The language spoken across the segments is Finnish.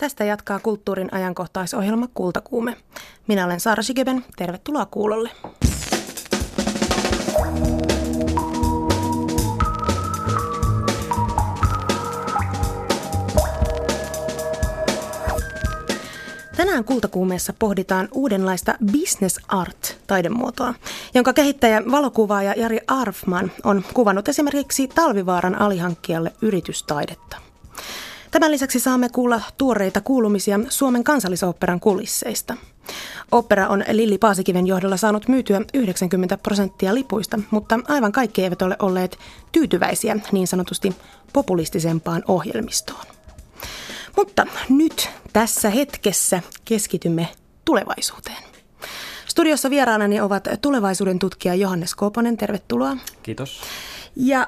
Tästä jatkaa kulttuurin ajankohtaisohjelma Kultakuume. Minä olen Saara Shigeben. Tervetuloa kuulolle. Tänään Kultakuumeessa pohditaan uudenlaista business art-taidemuotoa, jonka kehittäjä valokuvaaja Jari Arfman on kuvannut esimerkiksi Talvivaaran alihankkijalle yritystaidetta. Tämän lisäksi saamme kuulla tuoreita kuulumisia Suomen Kansallisoopperan kulisseista. Opera on Lilli Paasikiven johdolla saanut myytyä 90% lipuista, mutta aivan kaikki eivät ole olleet tyytyväisiä niin sanotusti populistisempaan ohjelmistoon. Mutta nyt tässä hetkessä keskitymme tulevaisuuteen. Studiossa vieraanani ovat tulevaisuuden tutkija Johannes Koponen, tervetuloa. Kiitos. Ja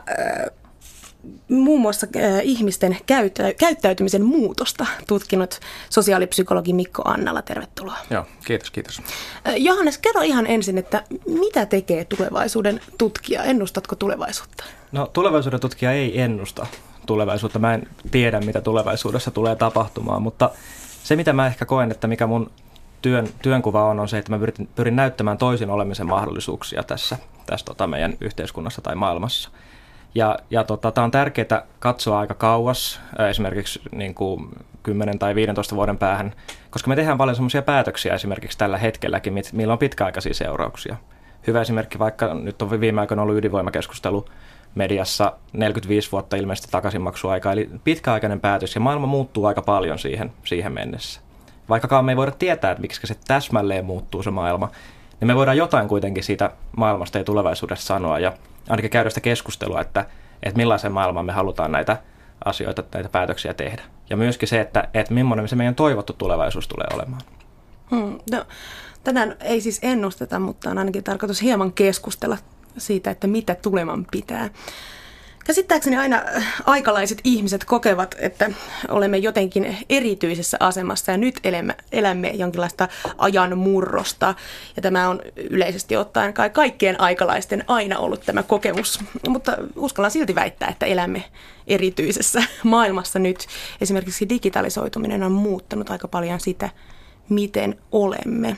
muun muassa ihmisten käyttäytymisen muutosta tutkinut sosiaalipsykologi Mikko Annala, tervetuloa. Joo, kiitos. Johannes, kerro ihan ensin, että mitä tekee tulevaisuuden tutkija? Ennustatko tulevaisuutta? No, tulevaisuuden tutkija ei ennusta tulevaisuutta. Mä en tiedä, mitä tulevaisuudessa tulee tapahtumaan, mutta se, mitä mä ehkä koen, että mikä mun työnkuva on se, että mä pyrin näyttämään toisin olemisen mahdollisuuksia tässä meidän yhteiskunnassa tai maailmassa. Ja tämä on tärkeää katsoa aika kauas, esimerkiksi niin kuin 10 tai 15 vuoden päähän, koska me tehdään paljon sellaisia päätöksiä esimerkiksi tällä hetkelläkin, millä on pitkäaikaisia seurauksia. Hyvä esimerkki, vaikka nyt on viime aikoina ollut ydinvoimakeskustelu mediassa 45 vuotta ilmeisesti takaisinmaksuaikaa, eli pitkäaikainen päätös, ja maailma muuttuu aika paljon siihen mennessä. Vaikkakaan me ei voida tietää, että miksi se täsmälleen muuttuu se maailma, niin me voidaan jotain kuitenkin siitä maailmasta ja tulevaisuudesta sanoa, ja ainakin käydä sitä keskustelua, että millaisen maailman me halutaan näitä asioita, näitä päätöksiä tehdä. Ja myöskin se, että millainen se meidän toivottu tulevaisuus tulee olemaan. No, tänään ei siis ennusteta, mutta on ainakin tarkoitus hieman keskustella siitä, että mitä tuleman pitää. Käsittääkseni aina aikalaiset ihmiset kokevat, että olemme jotenkin erityisessä asemassa ja nyt elämme jonkinlaista ajan murrosta. Ja tämä on yleisesti ottaen kaikkien aikalaisten aina ollut tämä kokemus. Mutta uskallan silti väittää, että elämme erityisessä maailmassa nyt. Esimerkiksi digitalisoituminen on muuttanut aika paljon sitä, miten olemme.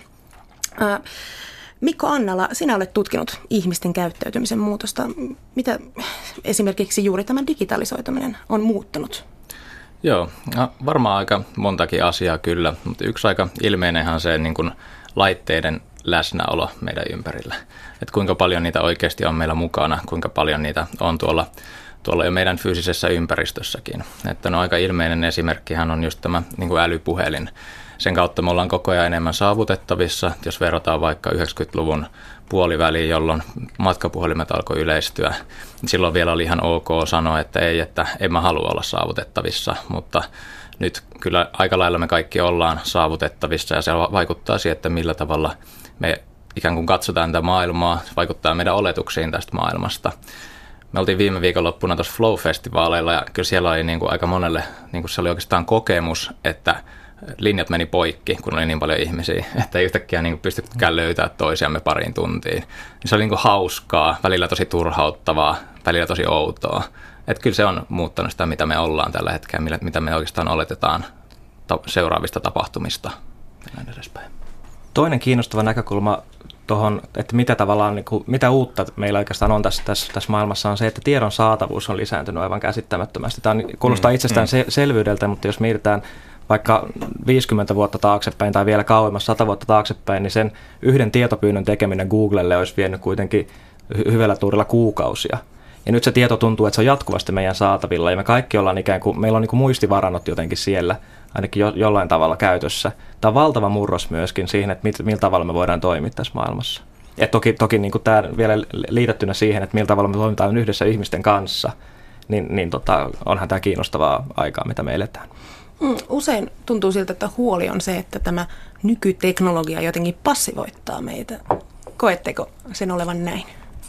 Mikko Annala, sinä olet tutkinut ihmisten käyttäytymisen muutosta. Mitä esimerkiksi juuri tämä digitalisoituminen on muuttanut? Joo, varmaan aika montakin asiaa kyllä, mutta yksi aika ilmeinenhän on se niin kuin laitteiden läsnäolo meidän ympärillä. Että kuinka paljon niitä oikeasti on meillä mukana, kuinka paljon niitä on tuolla jo meidän fyysisessä ympäristössäkin. Että no aika ilmeinen esimerkkihän on just tämä niin kuin älypuhelin. Sen kautta me ollaan koko ajan enemmän saavutettavissa, jos verrataan vaikka 90-luvun puoliväliin, jolloin matkapuhelimet alkoi yleistyä. Silloin vielä oli ihan ok sanoa, että en mä halua olla saavutettavissa, mutta nyt kyllä aika lailla me kaikki ollaan saavutettavissa ja se vaikuttaa siihen, että millä tavalla me ikään kuin katsotaan tätä maailmaa, se vaikuttaa meidän oletuksiin tästä maailmasta. Me oltiin viime viikonloppuna tuossa Flow-festivaaleilla ja kyllä siellä oli niin kuin aika monelle, niin kuin se oli oikeastaan kokemus, että linjat meni poikki, kun oli niin paljon ihmisiä, että ei yhtäkkiä niin pystykään löytämään toisiamme pariin tuntiin. Se oli niin kuin hauskaa, välillä tosi turhauttavaa, välillä tosi outoa. Että kyllä se on muuttanut sitä, mitä me ollaan tällä hetkellä, mitä me oikeastaan oletetaan seuraavista tapahtumista ja näin edespäin. Toinen kiinnostava näkökulma tuohon, että mitä uutta meillä oikeastaan on tässä maailmassa, on se, että tiedon saatavuus on lisääntynyt aivan käsittämättömästi. Tämä kuulostaa itsestään selvyydeltä, mutta jos mietitään vaikka 50 vuotta taaksepäin tai vielä kauemmas 100 vuotta taaksepäin, niin sen yhden tietopyynnön tekeminen Googlelle olisi vienyt kuitenkin hyvällä tuurilla kuukausia. Ja nyt se tieto tuntuu, että se on jatkuvasti meidän saatavilla ja me kaikki ollaan meillä on niin kuin muistivarannot jotenkin siellä, ainakin jollain tavalla käytössä. Tämä on valtava murros myöskin siihen, että millä tavalla me voidaan toimia tässä maailmassa. Ja toki niin kuin tämä vielä liitettynä siihen, että millä tavalla me toimitaan yhdessä ihmisten kanssa, niin onhan tämä kiinnostavaa aikaa, mitä me eletään. Usein tuntuu siltä, että huoli on se, että tämä nykyteknologia jotenkin passivoittaa meitä. Koetteko sen olevan näin?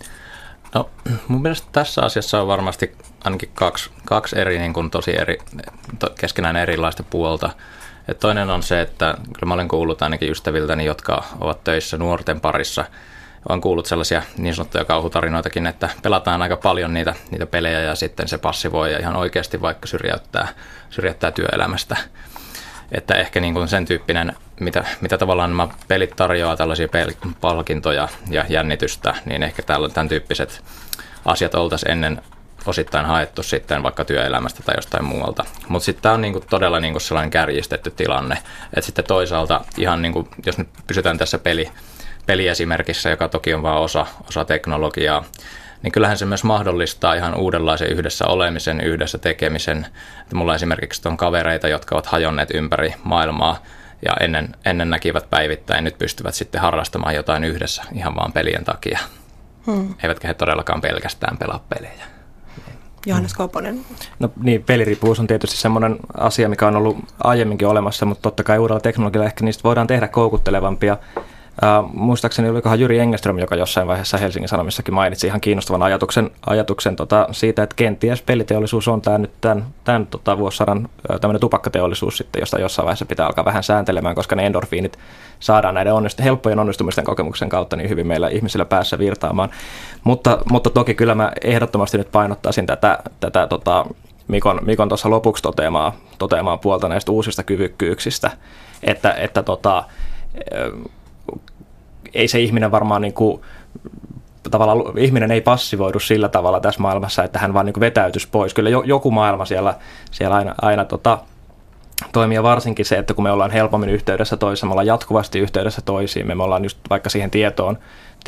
No, mun mielestä tässä asiassa on varmasti ainakin kaksi eri, niin kuin keskenään erilaista puolta. Et toinen on se, että kyllä mä olen kuullut ainakin ystäviltäni, jotka ovat töissä nuorten parissa. Olen kuullut sellaisia niin sanottuja kauhutarinoitakin, että pelataan aika paljon niitä pelejä ja sitten se passivoi ja ihan oikeasti vaikka syrjäyttää työelämästä. että ehkä niin kuin sen tyyppinen, mitä tavallaan nämä pelit tarjoaa, tällaisia palkintoja ja jännitystä, niin ehkä tämän tyyppiset asiat oltaisiin ennen osittain haettu sitten vaikka työelämästä tai jostain muualta. Mutta sitten tämä on niinku todella niinku sellainen kärjistetty tilanne, että sitten toisaalta ihan niinku, jos nyt pysytään tässä peliesimerkissä, joka toki on vain osa teknologiaa, niin kyllähän se myös mahdollistaa ihan uudenlaisen yhdessä olemisen, yhdessä tekemisen. Että mulla esimerkiksi on kavereita, jotka ovat hajonneet ympäri maailmaa ja ennen näkivät päivittäin, nyt pystyvät sitten harrastamaan jotain yhdessä ihan vaan pelien takia. Eivätkä he todellakaan pelkästään pelaa pelejä. Johannes Koponen. No niin, peliriippuvuus on tietysti semmoinen asia, mikä on ollut aiemminkin olemassa, mutta totta kai uudella teknologialla ehkä niistä voidaan tehdä koukuttelevampia. Muistaakseni olikohan Jyri Engelström, joka jossain vaiheessa Helsingin Sanomissakin mainitsi ihan kiinnostavan ajatuksen siitä, että kenties peliteollisuus on tämän vuosisadan tämmöinen tupakkateollisuus sitten, josta jossain vaiheessa pitää alkaa vähän sääntelemään, koska ne endorfiinit saadaan näiden helppojen onnistumisten kokemuksen kautta niin hyvin meillä ihmisillä päässä virtaamaan. Mutta toki kyllä mä ehdottomasti nyt painottaisin tätä Mikon tuossa lopuksi toteamaa puolta näistä uusista kyvykkyyksistä, että ei se ihminen varmaan niin kuin, tavallaan ihminen ei passivoidu sillä tavalla tässä maailmassa, että hän vaan niin kuin vetäytyisi pois. Kyllä joku maailma siellä aina toimii, varsinkin se, että kun me ollaan helpommin yhteydessä toisiin, me ollaan jatkuvasti yhteydessä toisiin, me ollaan just vaikka siihen tietoon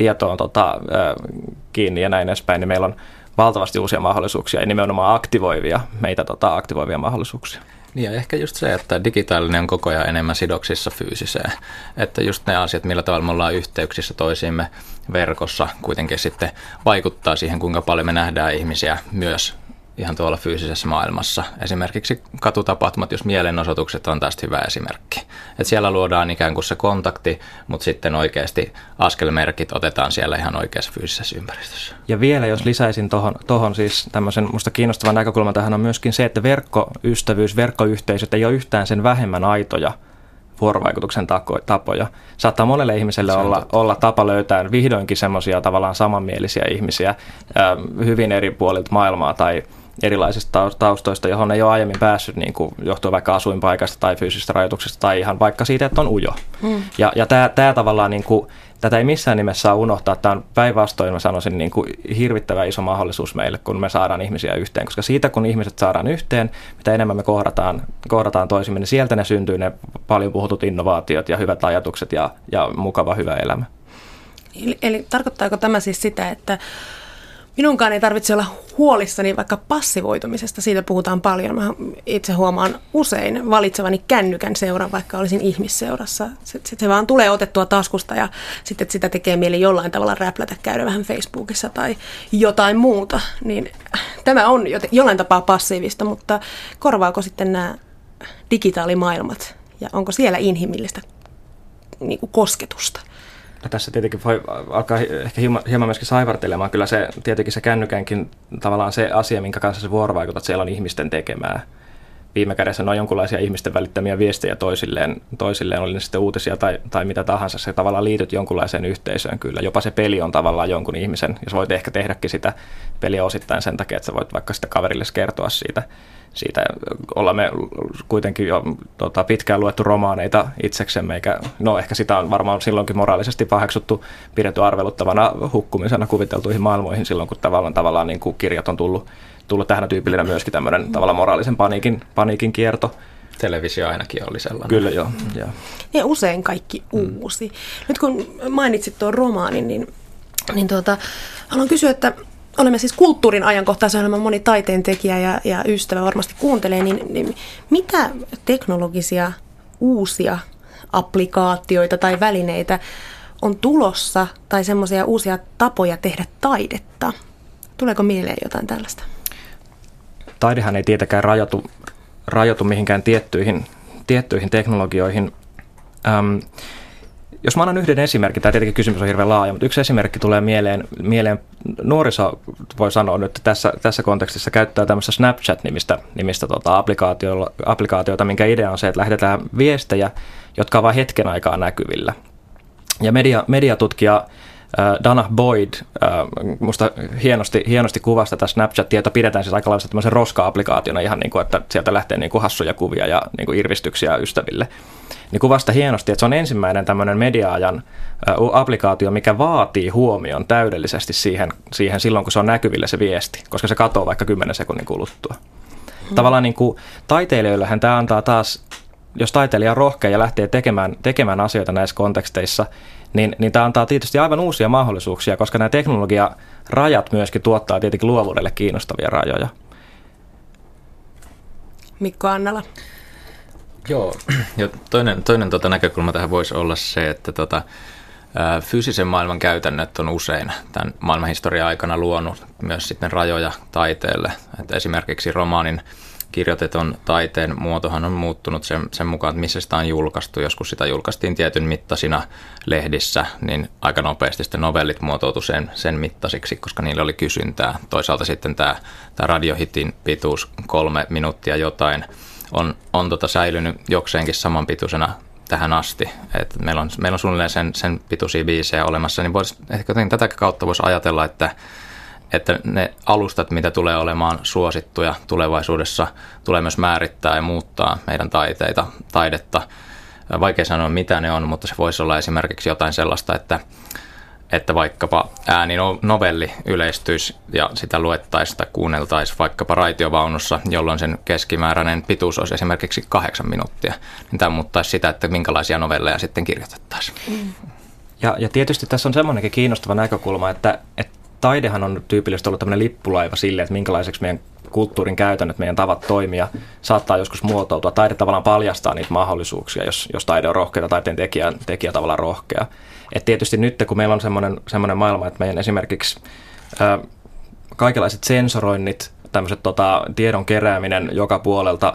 kiinni ja näin edespäin, niin meillä on valtavasti uusia mahdollisuuksia ja nimenomaan meitä aktivoivia mahdollisuuksia. Niin ja ehkä just se, että digitaalinen on koko ajan enemmän sidoksissa fyysiseen. Että just ne asiat, millä tavalla me ollaan yhteyksissä toisiimme verkossa, kuitenkin sitten vaikuttaa siihen, kuinka paljon me nähdään ihmisiä myös ihan tuolla fyysisessä maailmassa. Esimerkiksi katutapahtumat, jos mielenosoitukset on tästä hyvä esimerkki. Että siellä luodaan ikään kuin se kontakti, mutta sitten askelmerkit otetaan siellä ihan oikeassa fyysisessä ympäristössä. Ja vielä jos lisäisin tuohon siis tämmöisen musta kiinnostavan näkökulman tähän on myöskin se, että verkkoystävyys, verkkoyhteisöt ei ole yhtään sen vähemmän aitoja vuorovaikutuksen tapoja. Saattaa monelle ihmiselle olla tapa löytää vihdoinkin semmoisia tavallaan samanmielisiä ihmisiä hyvin eri puolilta maailmaa tai erilaisista taustoista, johon ei ole aiemmin päässyt niin kuin johtuen vaikka asuinpaikasta tai fyysisistä rajoituksista tai ihan vaikka siitä, että on ujo. Ja tämä tavallaan, niin kuin, tätä ei missään nimessä saa unohtaa. Tämä on päinvastoin, mä sanoisin, niin kuin hirvittävä iso mahdollisuus meille, kun me saadaan ihmisiä yhteen. Koska siitä, kun ihmiset saadaan yhteen, mitä enemmän me kohdataan toisimme, niin sieltä ne syntyy ne paljon puhutut innovaatiot ja hyvät ajatukset ja mukava hyvä elämä. Eli tarkoittaako tämä siis sitä, että minunkaan ei tarvitse olla huolissani vaikka passivoitumisesta, siitä puhutaan paljon. Mä itse huomaan usein valitsevani kännykän seuran, vaikka olisin ihmisseurassa. Se vaan tulee otettua taskusta ja sitten sitä tekee mieli jollain tavalla räplätä, käydä vähän Facebookissa tai jotain muuta. Niin tämä on jollain tapaa passiivista, mutta korvaako sitten nämä digitaalimaailmat ja onko siellä inhimillistä niin kuin kosketusta? No tässä tietenkin voi alkaa ehkä hieman myöskin saivartelemaan. Kyllä se tietenkin se kännykänkin tavallaan se asia, minkä kanssa se vuorovaikutat, siellä on ihmisten tekemää. Viime kädessä ne on jonkinlaisia ihmisten välittämiä viestejä toisilleen, oli ne sitten uutisia tai mitä tahansa. Se tavallaan liityt jonkunlaiseen yhteisöön kyllä. Jopa se peli on tavallaan jonkun ihmisen, ja sä voit ehkä tehdäkin sitä peliä osittain sen takia, että sä voit vaikka sitä kaverille kertoa siitä. Ollaan me kuitenkin jo pitkään luettu romaaneita itseksemme, ehkä sitä on varmaan silloinkin moraalisesti paheksuttu, pidetty arveluttavana hukkumisena kuviteltuihin maailmoihin silloin, kun tavallaan niin kuin kirjat on tullut tähän tyypillinen myöskin tämmöinen tavallaan moraalisen paniikin kierto. Televisio ainakin oli sellainen. Kyllä joo. Ja usein kaikki uusi. Nyt kun mainitsit tuon romaanin, niin haluan kysyä, että olemme siis kulttuurin ajankohtaisohjelman moni taiteentekijä ja ystävä varmasti kuuntelee, niin mitä teknologisia uusia applikaatioita tai välineitä on tulossa tai semmoisia uusia tapoja tehdä taidetta? Tuleeko mieleen jotain tällaista? Taidehan ei tietenkään rajoitu mihinkään tiettyihin teknologioihin. Jos mä annan yhden esimerkin, tämä tietenkin kysymys on hirveän laaja, mutta yksi esimerkki tulee mieleen nuoriso voi sanoa nyt tässä kontekstissa käyttää tämmöistä Snapchat-nimistä applikaatiota, minkä idea on se, että lähetetään viestejä, jotka ovat vain hetken aikaa näkyvillä. Ja mediatutkija Dana Boyd musta hienosti kuvasi tätä Snapchatia, jota pidetään siis aika lailla tämmöisen roska-applikaationa ihan niin kuin, että sieltä lähtee niin kuin hassuja kuvia ja niin kuin irvistyksiä ystäville. Niin kuvasi sitä hienosti, että se on ensimmäinen tämmöinen media-ajan applikaatio, mikä vaatii huomion täydellisesti siihen silloin, kun se on näkyvillä se viesti, koska se katoaa vaikka 10 sekunnin kuluttua. Tavallaan niin kuin taiteilijoillehän tämä antaa taas, jos taiteilija on rohkea ja lähtee tekemään asioita näissä konteksteissa, niin tämä antaa tietysti aivan uusia mahdollisuuksia, koska nämä teknologiarajat myöskin tuottaa tietenkin luovuudelle kiinnostavia rajoja. Mikko Annala. Joo, ja toinen näkökulma tähän voisi olla se, että fyysisen maailman käytännöt on usein tämän maailmanhistorian aikana luonut myös sitten rajoja taiteelle. Että esimerkiksi romaanin kirjoitetun taiteen muotohan on muuttunut sen mukaan, että missä sitä on julkaistu. Joskus sitä julkaistiin tietyn mittaisina lehdissä, niin aika nopeasti sitten novellit muotoutui sen mittaisiksi, koska niillä oli kysyntää. Toisaalta sitten tämä radiohitin pituus 3 minuuttia jotain on säilynyt jokseenkin samanpituisena tähän asti. Et meillä on suunnilleen sen pituisia biisejä olemassa, niin ehkä tätä kautta voisi ajatella, että ne alustat, mitä tulee olemaan suosittuja tulevaisuudessa, tulee myös määrittää ja muuttaa meidän taidetta. Vaikea sanoa, mitä ne on, mutta se voisi olla esimerkiksi jotain sellaista, että vaikkapa ääninovelli yleistyisi ja sitä luettaisiin tai kuunneltaisiin vaikkapa raitiovaunussa, jolloin sen keskimääräinen pituus olisi esimerkiksi 8 minuuttia. Niin tämä muuttaisi sitä, että minkälaisia novelleja sitten kirjoitettaisiin. Ja tietysti tässä on semmoinenkin kiinnostava näkökulma, että taidehan on tyypillisesti ollut tämmöinen lippulaiva sille, että minkälaiseksi meidän kulttuurin käytännöt, meidän tavat toimia saattaa joskus muotoutua. Taide tavallaan paljastaa niitä mahdollisuuksia, jos taide on rohkea, taiteen tekijä tavallaan rohkea. Et tietysti nyt, kun meillä on semmoinen maailma, että meidän esimerkiksi kaikenlaiset sensoroinnit, tämmöiset tiedon kerääminen joka puolelta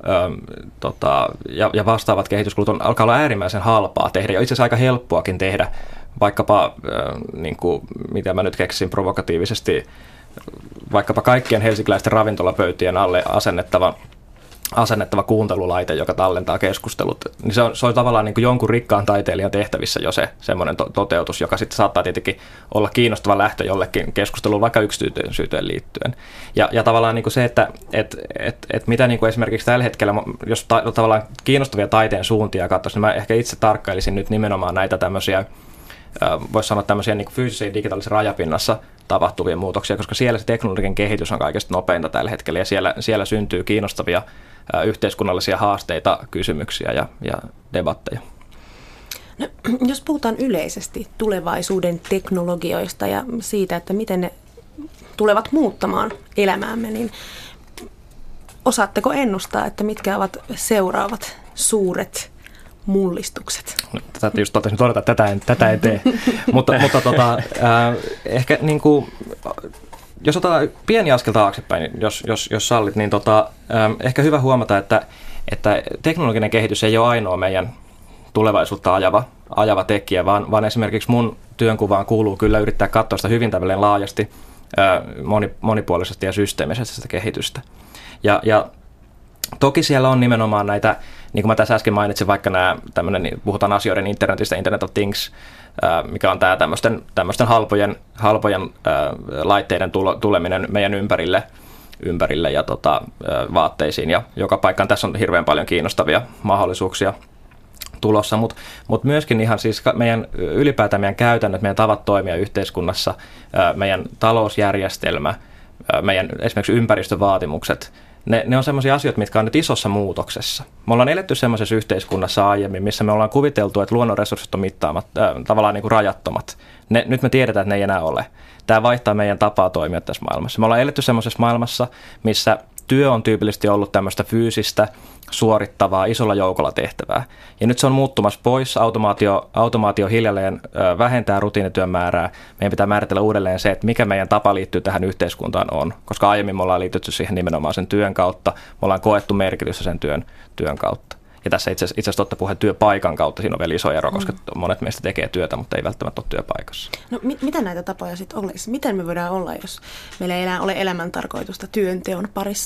ja vastaavat kehityskulut alkaa olla äärimmäisen halpaa tehdä ja itse asiassa aika helppoakin tehdä. Vaikkapa, niin kuin, mitä mä nyt keksin provokatiivisesti, vaikkapa kaikkien helsinkiläisten ravintolapöytien alle asennettava kuuntelulaite, joka tallentaa keskustelut, niin se on tavallaan niin kuin jonkun rikkaan taiteilijan tehtävissä jo se semmoinen toteutus, joka sitten saattaa tietenkin olla kiinnostava lähtö jollekin keskusteluun vaikka yksityisyyteen liittyen. Ja tavallaan niin kuin se, että mitä niin kuin esimerkiksi tällä hetkellä, jos tavallaan kiinnostavia taiteen suuntia katsoisi, niin mä ehkä itse tarkkailisin nyt nimenomaan näitä tämmöisiä, voisi sanoa tämmöisiä niin kuin fyysisen ja digitaalisen rajapinnassa tapahtuvia muutoksia, koska siellä se teknologinen kehitys on kaikista nopeinta tällä hetkellä ja siellä syntyy kiinnostavia yhteiskunnallisia haasteita, kysymyksiä ja debatteja. No, jos puhutaan yleisesti tulevaisuuden teknologioista ja siitä, että miten ne tulevat muuttamaan elämäämme, niin osaatteko ennustaa, että mitkä ovat seuraavat suuret mullistukset? No, tätä just totesin todeta, että tätä en tee. mutta ehkä niin kuin, jos otetaan pieni askel taaksepäin, jos sallit, niin ehkä hyvä huomata, että teknologinen kehitys ei ole ainoa meidän tulevaisuutta ajava tekijä, vaan esimerkiksi mun työnkuvaan kuuluu kyllä yrittää katsoa sitä hyvin tämmöinen laajasti, monipuolisesti ja systeemisesti sitä kehitystä. Ja toki siellä on nimenomaan näitä, niin kuin mä tässä äsken mainitsin, vaikka puhutaan asioiden internetistä, Internet of Things, mikä on tämä tämmöisten halpojen laitteiden tuleminen meidän ympärille ja vaatteisiin ja joka paikkaan. Tässä on hirveän paljon kiinnostavia mahdollisuuksia tulossa, mutta myöskin ihan siis ylipäätään meidän käytännöt, meidän tavat toimia yhteiskunnassa, meidän talousjärjestelmä, meidän esimerkiksi ympäristövaatimukset, ne on sellaisia asioita, mitkä on nyt isossa muutoksessa. Me ollaan eletty sellaisessa yhteiskunnassa aiemmin, missä me ollaan kuviteltu, että luonnonresurssit on tavallaan niin kuin rajattomat. Nyt me tiedetään, että ne ei enää ole. Tämä vaihtaa meidän tapaa toimia tässä maailmassa. Me ollaan eletty sellaisessa maailmassa, missä työ on tyypillisesti ollut tämmöistä fyysistä, suorittavaa, isolla joukolla tehtävää. Ja nyt se on muuttumassa pois. Automaatio hiljalleen vähentää rutiinityön määrää. Meidän pitää määritellä uudelleen se, että mikä meidän tapa liittyy tähän yhteiskuntaan on. Koska aiemmin me ollaan liitytty siihen nimenomaan sen työn kautta. Me ollaan koettu merkitystä sen työn kautta. Ja tässä itse asiassa totta puheen työpaikan kautta siinä on vielä iso ero, koska monet meistä tekee työtä, mutta ei välttämättä ole työpaikassa. No mitä näitä tapoja sitten olisi? Miten me voidaan olla, jos meillä ei enää ole elämäntarkoitusta työnteon parissa?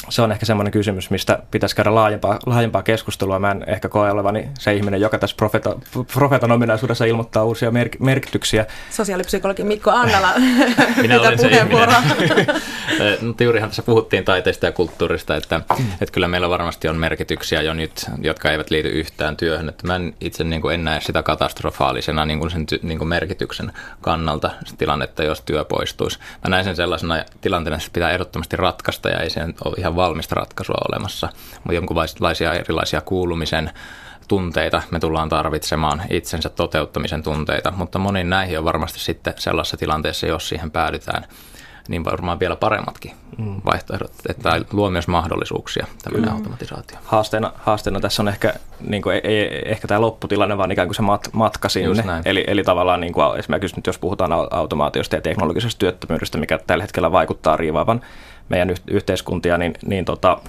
se on ehkä semmoinen kysymys, mistä pitäisi käydä laajempaa keskustelua. Mä en ehkä koe olevani se ihminen, joka tässä profeetan ominaisuudessa ilmoittaa uusia merkityksiä. Sosiaalipsykologi Mikko Annala. Minä olen se ihminen. Mutta juurihan tässä puhuttiin taiteesta ja kulttuurista, että kyllä meillä varmasti on merkityksiä jo nyt, jotka eivät liity yhtään työhön. Että mä itse en näe sitä katastrofaalisena sen merkityksen kannalta tilannetta, jos työ poistuisi. Mä näen sen sellaisena tilanteena, että se pitää ehdottomasti ratkaista ja ei se ole ihan valmista ratkaisua olemassa, mutta jonkinlaisia erilaisia kuulumisen tunteita me tullaan tarvitsemaan, itsensä toteuttamisen tunteita, mutta moniin näihin on varmasti sitten sellaisessa tilanteessa, jos siihen päädytään, niin varmaan vielä paremmatkin vaihtoehdot, että luo myös mahdollisuuksia tämmöinen automatisaatio. Haasteena tässä on ehkä, ei ehkä tämä lopputilanne, vaan ikään kuin se matka sinne. Eli tavallaan esimerkiksi nyt jos puhutaan automaatiosta ja teknologisesta työttömyydestä, mikä tällä hetkellä vaikuttaa riivaavan meidän yhteiskuntia, niin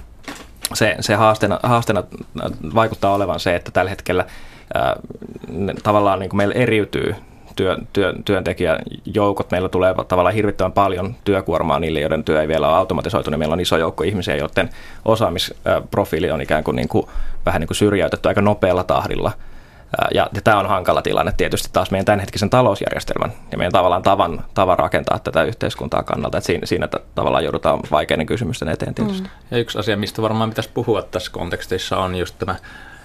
se haasteena vaikuttaa olevan se, että tällä hetkellä tavallaan meillä eriytyy työntekijäjoukot. Meillä tulee tavallaan hirvittävän paljon työkuormaa niille, joiden työ ei vielä ole automatisoitu, niin meillä on iso joukko ihmisiä, joiden osaamisprofiili on ikään kuin vähän niin kuin syrjäytetty aika nopealla tahdilla. Ja tämä on hankala tilanne tietysti taas meidän tämänhetkisen talousjärjestelmän ja meidän tavallaan tavan rakentaa tätä yhteiskuntaa kannalta. Että siinä tavallaan joudutaan vaikeiden kysymysten eteen tietysti. Ja yksi asia, mistä varmaan pitäisi puhua tässä kontekstissa, on just tämä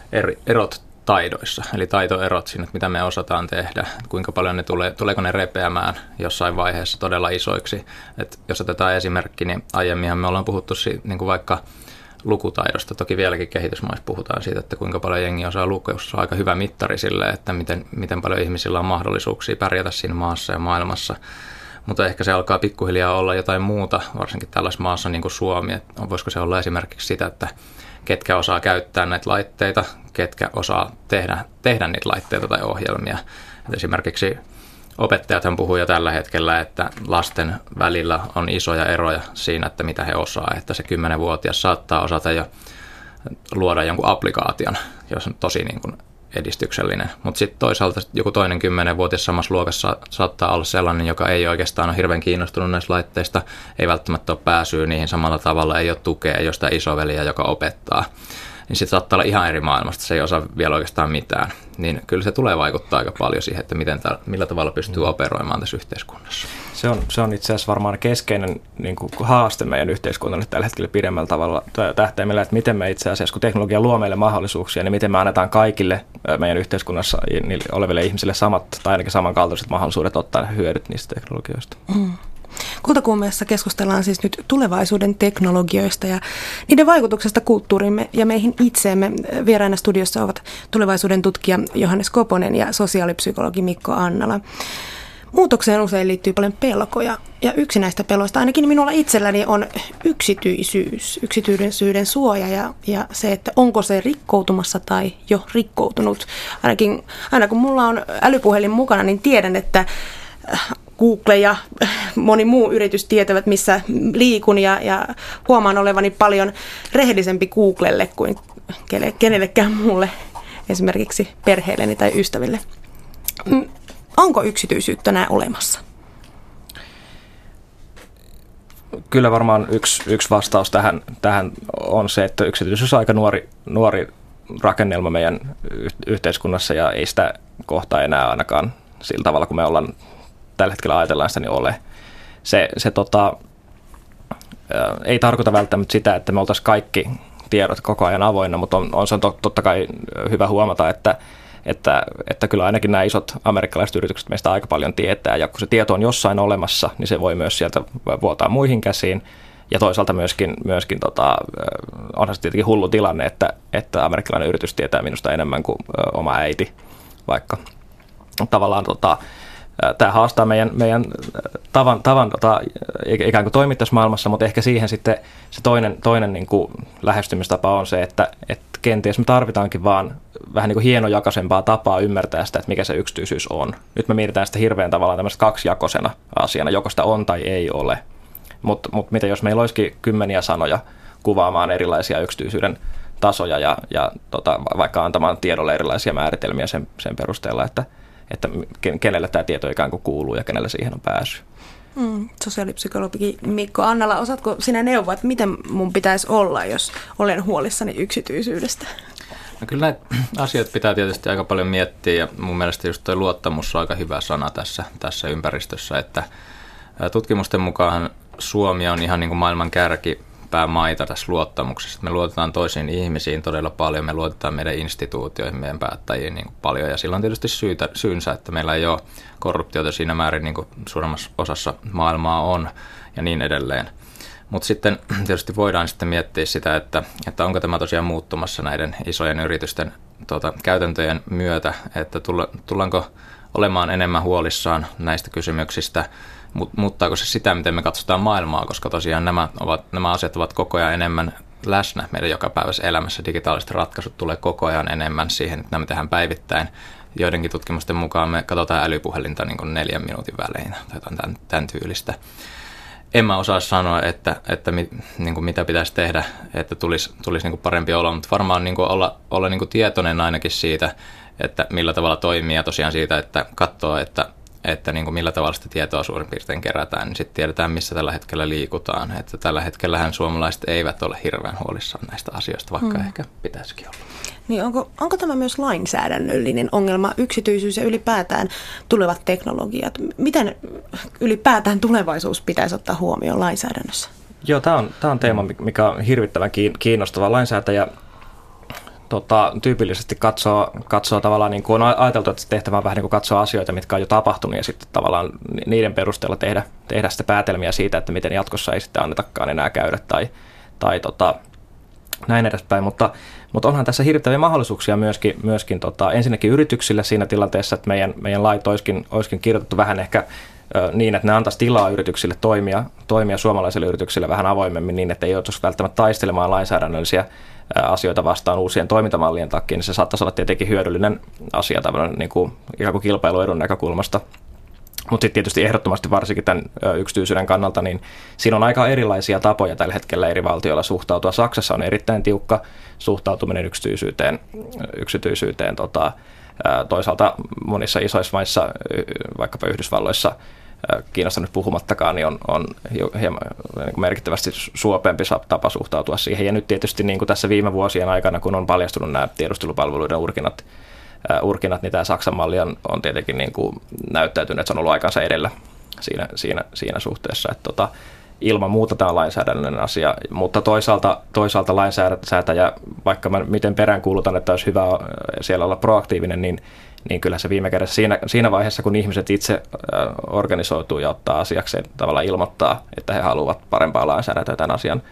erot taidoissa. Eli taitoerot siinä, että mitä me osataan tehdä, kuinka paljon ne tuleeko ne repeämään jossain vaiheessa todella isoiksi. Et jos otetaan esimerkki, niin aiemminhan me ollaan puhuttu niin kuin vaikka lukutaidosta. Toki vieläkin kehitysmaissa puhutaan siitä, että kuinka paljon jengi osaa lukea. Se on aika hyvä mittari sille, että miten paljon ihmisillä on mahdollisuuksia pärjätä siinä maassa ja maailmassa. Mutta ehkä se alkaa pikkuhiljaa olla jotain muuta, varsinkin tällaisessa maassa niin kuin Suomi. Että voisiko se olla esimerkiksi sitä, että ketkä osaa käyttää näitä laitteita, ketkä osaa tehdä niitä laitteita tai ohjelmia. Et esimerkiksi opettajathan puhuu jo tällä hetkellä, että lasten välillä on isoja eroja siinä, että mitä he osaa. Että se 10-vuotias saattaa osata jo luoda jonkun applikaation, jos on tosi edistyksellinen. Mutta sitten toisaalta joku toinen 10-vuotias samassa luokassa saattaa olla sellainen, joka ei oikeastaan ole hirveän kiinnostunut näistä laitteista, ei välttämättä ole pääsyä niihin samalla tavalla, ei ole tukea, ei ole sitä isoveliä, joka opettaa. Niin sitten saattaa olla ihan eri maailmasta, se ei osaa vielä oikeastaan mitään. Niin kyllä se tulee vaikuttaa aika paljon siihen, että millä tavalla pystyy operoimaan tässä yhteiskunnassa. Se on itse asiassa varmaan keskeinen haaste meidän yhteiskunnalle tällä hetkellä pidemmällä tavalla tähtäimellä, että miten me itse asiassa, kun teknologia luo meille mahdollisuuksia, niin miten me annetaan kaikille meidän yhteiskunnassa oleville ihmisille samat tai ainakin samankaltaiset mahdollisuudet ottaa hyödyt niistä teknologioista. Kultakuumeessa keskustellaan siis nyt tulevaisuuden teknologioista ja niiden vaikutuksesta kulttuurimme ja meihin itseemme. Vieraina studiossa ovat tulevaisuuden tutkija Johannes Koponen ja sosiaalipsykologi Mikko Annala. Muutokseen usein liittyy paljon pelkoja ja yksi näistä peloista, ainakin minulla itselläni, on yksityisyys, yksityisyyden suoja ja se, että onko se rikkoutumassa tai jo rikkoutunut. Aina kun mulla on älypuhelin mukana, niin tiedän, että Google ja moni muu yritys tietävät, missä liikun ja huomaan olevani paljon rehellisempi Googlelle kuin kenellekään muulle, esimerkiksi perheelleni tai ystäville. Onko yksityisyyttä nää olemassa? Kyllä varmaan yksi vastaus tähän on se, että yksityisyys on aika nuori rakennelma meidän yhteiskunnassa ja ei sitä kohtaa enää ainakaan sillä tavalla, kun me ollaan tällä hetkellä ajatellaan sitä, niin ole. Se ei tarkoita välttämättä sitä, että me oltaisiin kaikki tiedot koko ajan avoinna, mutta on se totta kai hyvä huomata, että kyllä ainakin nämä isot amerikkalaiset yritykset meistä aika paljon tietää, ja kun se tieto on jossain olemassa, niin se voi myös sieltä vuotaa muihin käsiin, ja toisaalta myöskin onhan se tietenkin hullu tilanne, että amerikkalainen yritys tietää minusta enemmän kuin oma äiti, vaikka tavallaan tämä haastaa meidän tavan ikään kuin toimia tässä maailmassa, mutta ehkä siihen sitten se toinen niin kuin lähestymistapa on se, että kenties me tarvitaankin vaan vähän niin kuin hienojakaisempaa tapaa ymmärtää sitä, että mikä se yksityisyys on. Nyt me mietitään sitä hirveän tavallaan tämmöistä kaksijakoisena asiana, joko sitä on tai ei ole. Mutta mitä jos meillä olisikin kymmeniä sanoja kuvaamaan erilaisia yksityisyyden tasoja ja vaikka antamaan tiedolle erilaisia määritelmiä sen perusteella, että kenelle tämä tieto ikään kuin kuuluu ja kenelle siihen on pääsy. Sosiaalipsykologi Mikko Annala, osaatko sinä neuvoa, että miten mun pitäisi olla, jos olen huolissani yksityisyydestä? No kyllä näitä asioita pitää tietysti aika paljon miettiä ja mun mielestä just tuo luottamus on aika hyvä sana tässä ympäristössä, että tutkimusten mukaan Suomi on ihan niin kuin maailman kärkipäämaita tässä luottamuksessa. Me luotetaan toisiin ihmisiin todella paljon, me luotetaan meidän instituutioihin, meidän päättäjiin niin kuin paljon ja sillä on tietysti syynsä, että meillä ei ole korruptiota siinä määrin niin kuin suurimmassa osassa maailmaa on ja niin edelleen. Mutta sitten tietysti voidaan sitten miettiä sitä, että onko tämä tosiaan muuttumassa näiden isojen yritysten käytäntöjen myötä, että tullaanko olemaan enemmän huolissaan näistä kysymyksistä, muuttaako se sitä, miten me katsotaan maailmaa, koska tosiaan nämä asiat ovat koko ajan enemmän läsnä meidän jokapäiväisessä elämässä. Digitaaliset ratkaisut tulee koko ajan enemmän siihen, että nämä tehdään päivittäin. Joidenkin tutkimusten mukaan me katsotaan älypuhelinta niin kuin 4 minuutin välein tai tämän tyylistä. En mä osaa sanoa, että niin kuin mitä pitäisi tehdä, että tulisi niin kuin parempi olo, mutta varmaan niin kuin olla niin kuin tietoinen ainakin siitä, että millä tavalla toimii ja tosiaan siitä, että katsoo, että niin kuin millä tavalla sitä tietoa suurin piirtein kerätään, niin sitten tiedetään, missä tällä hetkellä liikutaan. Että tällä hetkellähän suomalaiset eivät ole hirveän huolissaan näistä asioista, vaikka ehkä pitäisikin olla. Niin onko tämä myös lainsäädännöllinen ongelma, yksityisyys ja ylipäätään tulevat teknologiat? Miten ylipäätään tulevaisuus pitäisi ottaa huomioon lainsäädännössä? Joo, tämä on teema, mikä on hirvittävän kiinnostava. Lainsäätäjä tyypillisesti katsoo tavallaan, niin kuin on ajateltu, että tehtävä on vähän niin kuin katsoa asioita, mitkä on jo tapahtunut ja sitten tavallaan niiden perusteella tehdä sitä päätelmiä siitä, että miten jatkossa ei sitten annetakaan enää käydä tai näin edespäin, mutta onhan tässä hirvittäviä mahdollisuuksia myöskin ensinnäkin yrityksille siinä tilanteessa, että meidän lait olisikin kirjoitettu vähän ehkä niin, että ne antaisi tilaa yrityksille toimia suomalaisille yrityksille vähän avoimemmin niin, että ei joutuisi välttämättä taistelemaan lainsäädännöllisiä asioita vastaan uusien toimintamallien takia, niin se saattaisi olla tietenkin hyödyllinen asia tämmöinen niin kuin ikään kuin kilpailuedun näkökulmasta. Mutta sitten tietysti ehdottomasti varsinkin tämän yksityisyyden kannalta, niin siinä on aika erilaisia tapoja tällä hetkellä eri valtioilla suhtautua. Saksassa on erittäin tiukka suhtautuminen yksityisyyteen. Toisaalta monissa isoissa maissa, vaikkapa Yhdysvalloissa, Kiinasta nyt puhumattakaan, niin on hieman niin kuin merkittävästi suopeampi tapa suhtautua siihen. Ja nyt tietysti niin kuin tässä viime vuosien aikana, kun on paljastunut nämä tiedustelupalveluiden urkinat, niin tämä Saksan malli on tietenkin niin kuin näyttäytynyt, että se on ollut aikansa edellä siinä suhteessa, että ilman muuta tämä on lainsäädännöllinen asia, mutta toisaalta lainsäätäjä, vaikka mä miten peräänkuulutan, että olisi hyvä siellä olla proaktiivinen, niin kyllä se viime kädessä siinä vaiheessa, kun ihmiset itse organisoituu ja ottaa asiakseen tavallaan ilmoittaa, että he haluavat parempaa lainsäädäntöä tämän asian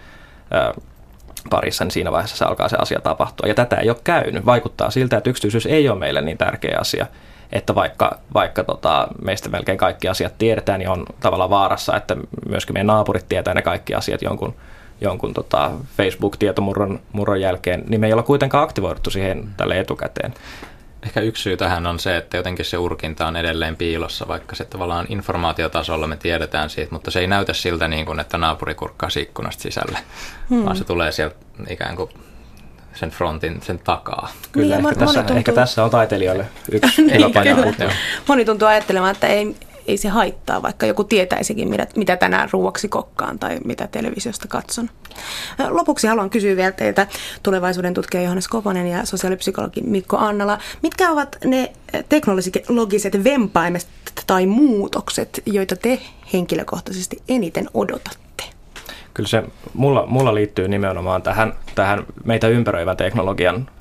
parissa, niin siinä vaiheessa se alkaa se asia tapahtua. Ja tätä ei ole käynyt. Vaikuttaa siltä, että yksityisyys ei ole meille niin tärkeä asia, että vaikka meistä melkein kaikki asiat tiedetään, niin on tavallaan vaarassa, että myöskin meidän naapurit tietää ne kaikki asiat jonkun Facebook-tietomurron jälkeen, niin me ei olla kuitenkaan aktivoiduttu siihen tälle etukäteen. Ehkä yksi syy tähän on se, että jotenkin se urkinta on edelleen piilossa, vaikka se tavallaan informaatiotasolla me tiedetään siitä, mutta se ei näytä siltä niin kuin, että naapuri kurkkaa ikkunasta sisälle, vaan se tulee sieltä ikään kuin sen frontin, sen takaa. Kyllä, ehkä tässä on taiteilijoille yksi hyvä paikka. Moni tuntuu ajattelemaan, että ei se haittaa, vaikka joku tietäisikin, mitä tänään ruuaksi kokkaan tai mitä televisiosta katson. Lopuksi haluan kysyä vielä teiltä tulevaisuuden tutkija Johannes Koponen ja sosiaalipsykologi Mikko Annala. Mitkä ovat ne teknologiset vempaimet tai muutokset, joita te henkilökohtaisesti eniten odotatte? Kyllä se mulla liittyy nimenomaan tähän meitä ympäröivän teknologian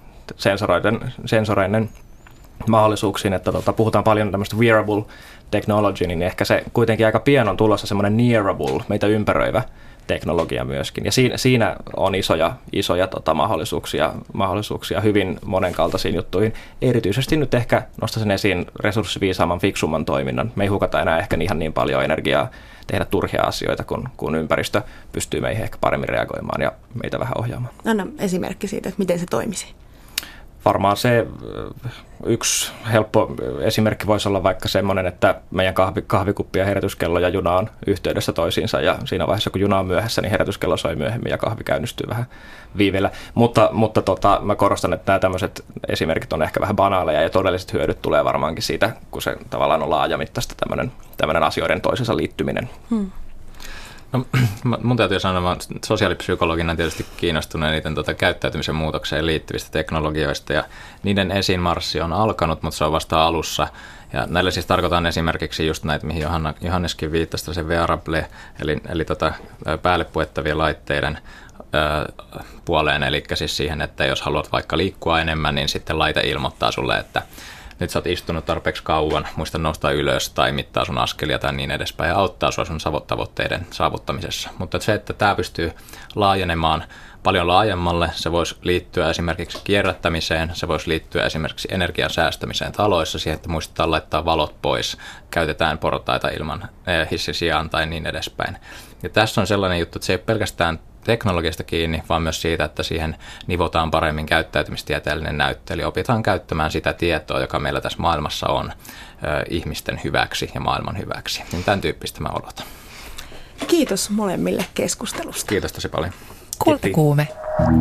sensoreiden mahdollisuuksiin, että puhutaan paljon tämmöistä wearable technology, niin ehkä se kuitenkin aika pian on tulossa semmoinen nearable, meitä ympäröivä teknologia myöskin. Ja siinä on isoja mahdollisuuksia hyvin monenkaltaisiin juttuihin. Erityisesti nyt ehkä nostaisin esiin resurssiviisaamman, fiksumman toiminnan. Me ei hukata enää ehkä ihan niin paljon energiaa tehdä turhia asioita, kun ympäristö pystyy meihin ehkä paremmin reagoimaan ja meitä vähän ohjaamaan. Anna esimerkki siitä, että miten se toimisi. varmaan se yksi helppo esimerkki voisi olla vaikka semmoinen, että meidän kahvikuppi ja herätyskello ja juna on yhteydessä toisiinsa ja siinä vaiheessa kun juna on myöhässä, niin herätyskello soi myöhemmin ja kahvi käynnistyy vähän viiveellä. Mutta mä korostan, että nämä tämmöiset esimerkit on ehkä vähän banaaleja ja todelliset hyödyt tulee varmaankin siitä, kun se tavallaan on laajamittaista tämmöinen asioiden toisensa liittyminen. No, mun täytyy sanoa, että sosiaalipsykologina tietysti kiinnostunut eniten käyttäytymisen muutokseen liittyvistä teknologioista ja niiden esiinmarssi on alkanut, mutta se on vasta alussa. Ja näillä siis tarkoitan esimerkiksi just näitä, mihin Johanneskin viittasi, se wearable, eli päälle puettavien laitteiden puoleen, eli siis siihen, että jos haluat vaikka liikkua enemmän, niin sitten laite ilmoittaa sulle, että nyt sä oot istunut tarpeeksi kauan, muista nousta ylös tai mittaa sun askelia tai niin edespäin ja auttaa sua sun tavoitteiden saavuttamisessa. Mutta se, että tämä pystyy laajenemaan paljon laajemmalle, se voisi liittyä esimerkiksi kierrättämiseen, se voisi liittyä esimerkiksi energian säästämiseen taloissa, siihen, että muistetaan laittaa valot pois, käytetään portaita ilman hissin sijaan tai niin edespäin. Ja tässä on sellainen juttu, että se ei ole pelkästään teknologiasta kiinni, vaan myös siitä, että siihen nivotaan paremmin käyttäytymistieteellinen näyttö. Eli opitaan käyttämään sitä tietoa, joka meillä tässä maailmassa on ihmisten hyväksi ja maailman hyväksi. Niin tämän tyyppistä mä odotan. Kiitos molemmille keskustelusta. Kiitos tosi paljon. Kultakuume.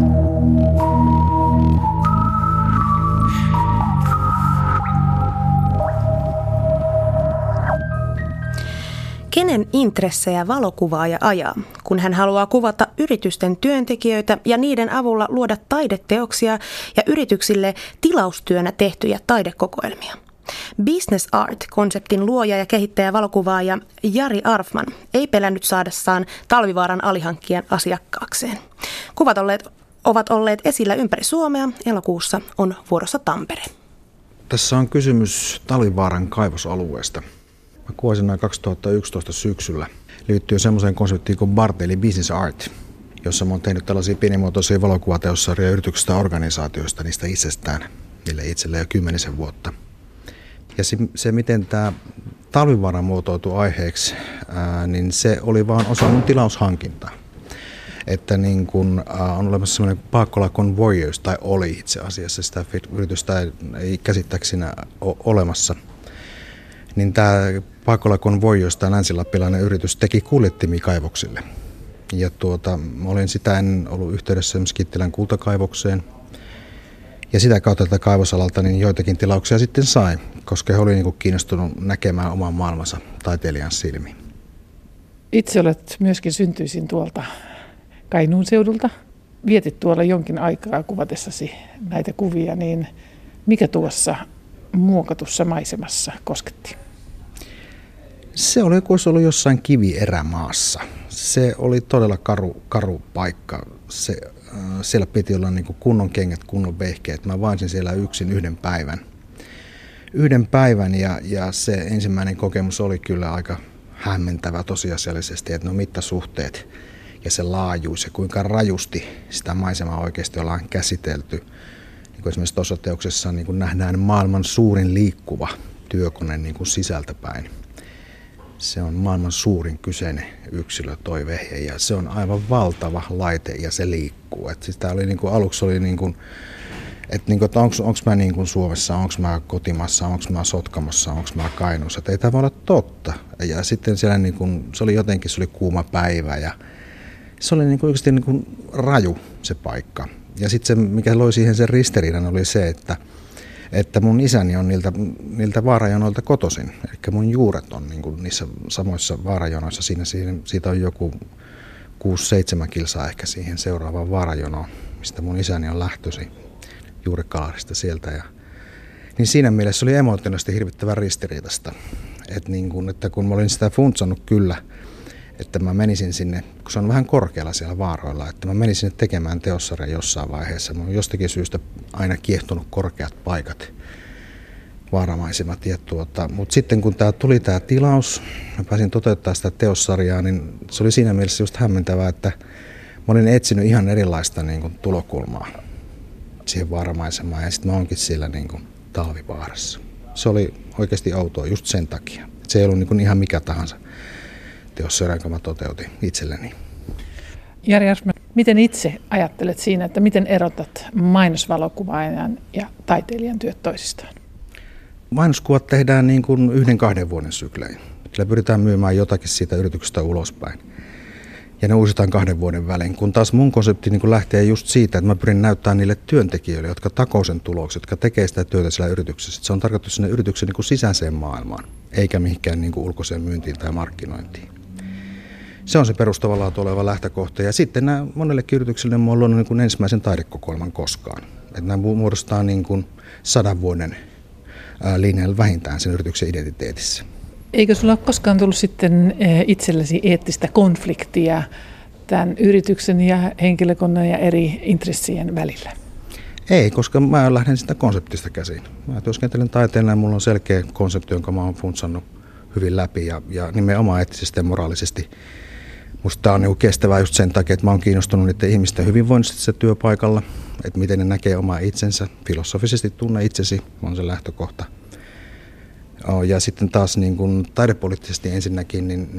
Kenen intressejä valokuvaaja ajaa, kun hän haluaa kuvata yritysten työntekijöitä ja niiden avulla luoda taideteoksia ja yrityksille tilaustyönä tehtyjä taidekokoelmia? Business Art-konseptin luoja ja kehittäjä valokuvaaja Jari Arfman ei pelännyt saadessaan Talvivaaran alihankkijan asiakkaakseen. Kuvat ovat olleet esillä ympäri Suomea. Elokuussa on vuorossa Tampere. Tässä on kysymys Talvivaaran kaivosalueesta. Mä kuvasin noin 2011 syksyllä liittyy semmoiseen konseptiin kuin BART eli Business Art, jossa mä oon tehnyt tällaisia pienimuotoisia valokuvateossarjoja yrityksistä ja organisaatioista niistä itsestään, niille itselle jo 10 vuotta. Ja se miten tämä Talvivaara muotoutui aiheeksi, niin se oli vaan osa mun tilaushankintaa. Että niin kun on olemassa semmoinen Paakkola Convoyers, tai oli itse asiassa, sitä yritystä ei käsittääkseni ole olemassa. Niin tämä Paakkola Convoyers, tämä länsilappilainen yritys, teki kuljettimia kaivoksille. Ja mä olin sitä ennen ollut yhteydessä esimerkiksi Kittilän kultakaivokseen. Ja sitä kautta tätä kaivosalalta niin joitakin tilauksia sitten sai, koska he olivat kiinnostunut näkemään oman maailmansa taiteilijan silmiin. Itse olet myöskin syntyisin tuolta Kainuun seudulta. Vietit tuolla jonkin aikaa kuvatessasi näitä kuvia, niin mikä tuossa muokatussa maisemassa kosketti? Se oli kuin se oli jossain kivierämaassa. Se oli todella karu paikka. Siellä piti olla niin kuin kunnon kengät, kunnon vehkeet. Mä vainsin siellä yksin yhden päivän ja se ensimmäinen kokemus oli kyllä aika hämmentävä tosiasiallisesti, että mittasuhteet ja se laajuus ja kuinka rajusti sitä maisemaa oikeasti ollaan käsitelty. Niin kuin esimerkiksi tuossa teoksessa niin kuin nähdään maailman suurin liikkuva työkone niin kuin sisältäpäin. Se on maailman suurin kyseinen yksilö, toi vehje, ja se on aivan valtava laite ja se liikkuu. Siis tää oli niinku, aluksi oli että onko mä niinku Suomessa, onko mä kotimassa, onko mä Sotkamossa, onko mä Kainuussa. Ei tämä voi olla totta. Ja sitten siellä niinku, se oli kuuma päivä ja se oli niinku oikeasti niinku raju se paikka. Ja sitten se, mikä loi siihen sen ristiriidan, oli se, että mun isäni on niiltä vaarajonoilta kotoisin. Eli mun juuret on niin kuin niissä samoissa vaarajonoissa. Siitä on joku 6-7 kilsaa ehkä siihen seuraavaan vaarajonoon, mistä mun isäni on lähtöisin juurikalarista sieltä. Niin siinä mielessä oli emotionaalisesti hirvittävän ristiriitasta. Että kun mä olin sitä funtsannut kyllä, että mä menisin sinne, kun se on vähän korkealla siellä vaaroilla, että mä menisin sinne tekemään teossarja jossain vaiheessa. Mä oon jostakin syystä aina kiehtonut korkeat paikat, vaaramaisemat. Mutta sitten kun tuli tämä tilaus, mä pääsin toteuttaa sitä teossarjaa, niin se oli siinä mielessä just hämmentävää, että mä olin etsinyt ihan erilaista niin kuin tulokulmaa siihen vaaramaisemaan ja sitten mä oonkin siellä niin kuin Talvivaarassa. Se oli oikeasti outoa just sen takia. Se ei ollut niin kuin ihan mikä tahansa teossarja, jonka mä toteutin itselleni. Jari Arfman, Miten itse ajattelet siinä, että miten erotat mainosvalokuvaajan ja taiteilijan työt toisistaan? Mainoskuvat tehdään niin kuin 1-2 vuoden syklein. Sillä pyritään myymään jotakin siitä yrityksestä ulospäin. Ja ne uusitaan 2 vuoden välein. Kun taas mun konsepti niin lähtee just siitä, että mä pyrin näyttämään niille työntekijöille, jotka takoo sen tulokset, jotka tekee sitä työtä siellä yrityksessä. Se on tarkoitettu sinne yrityksen niin sisäiseen maailmaan, eikä mihinkään niin ulkoiseen myyntiin tai markkinointiin. Se on se perustavalla laatu oleva lähtökohta. Ja sitten nämä monellekin yrityksille on luonut niin kuin ensimmäisen taidekokoelman koskaan. Että nämä muodostaa niin kuin 100 vuoden linjalla vähintään sen yrityksen identiteetissä. Eikö sulla ole koskaan tullut sitten itsellesi eettistä konfliktia tämän yrityksen ja henkilökunnan ja eri intressien välillä? Ei, koska mä lähden sitä konseptista käsin. Mä työskentelen taiteilijana ja mulla on selkeä konsepti, jonka mä oon funtsannut hyvin läpi ja nimenomaan eettisesti ja moraalisesti. Musta tää on niinku kestävää just sen takia, että mä oon kiinnostunut niiden ihmisten hyvinvoinnista työpaikalla, että miten ne näkee omaa itsensä, filosofisesti tunne itsesi on se lähtökohta. Ja sitten taas niin kuin taidepoliittisesti ensinnäkin,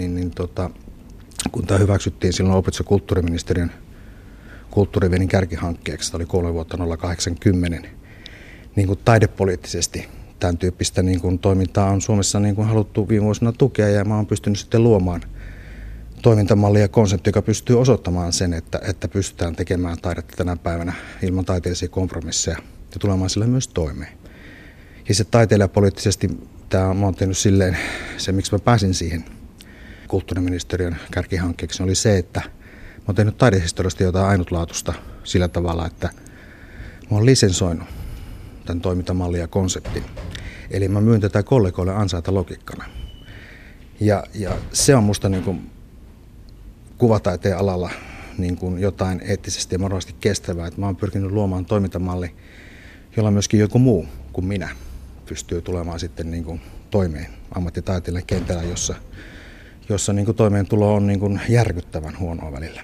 kun tämä hyväksyttiin silloin opetus- ja kulttuuriministeriön kulttuurivenin kärkihankkeeksi, tämä oli 3 vuotta 080, niin kuin taidepoliittisesti tämän tyyppistä niin kuin toimintaa on Suomessa niin kuin haluttu viime vuosina tukea, ja mä oon pystynyt sitten luomaan toimintamalli ja konsepti, joka pystyy osoittamaan sen, että pystytään tekemään taidetta tänä päivänä ilman taiteellisia kompromisseja ja tulemaan sillä myös toimeen. Ja se taiteilijapoliittisesti mä oon tehnyt silleen, se miksi mä pääsin siihen kulttuuriministeriön kärkihankkeeksi, oli se, että mä oon tehnyt taidehistoriasta jotain ainutlaatuista sillä tavalla, että mä oon lisensoinut tämän toimintamallin ja konseptin. Eli mä myyn tätä kollegoille ansaita logiikkana. Ja se on musta niin kuin kuvataiteen alalla niin kuin jotain eettisesti ja moraalisesti kestävää, että mä oon pyrkinyt luomaan toimintamalli, jolla myöskin joku muu kuin minä pystyy tulemaan sitten niin kuin toimeen ammattitaiteilijan kentällä, jossa niin kuin toimeentulo on niin kuin järkyttävän huonoa välillä.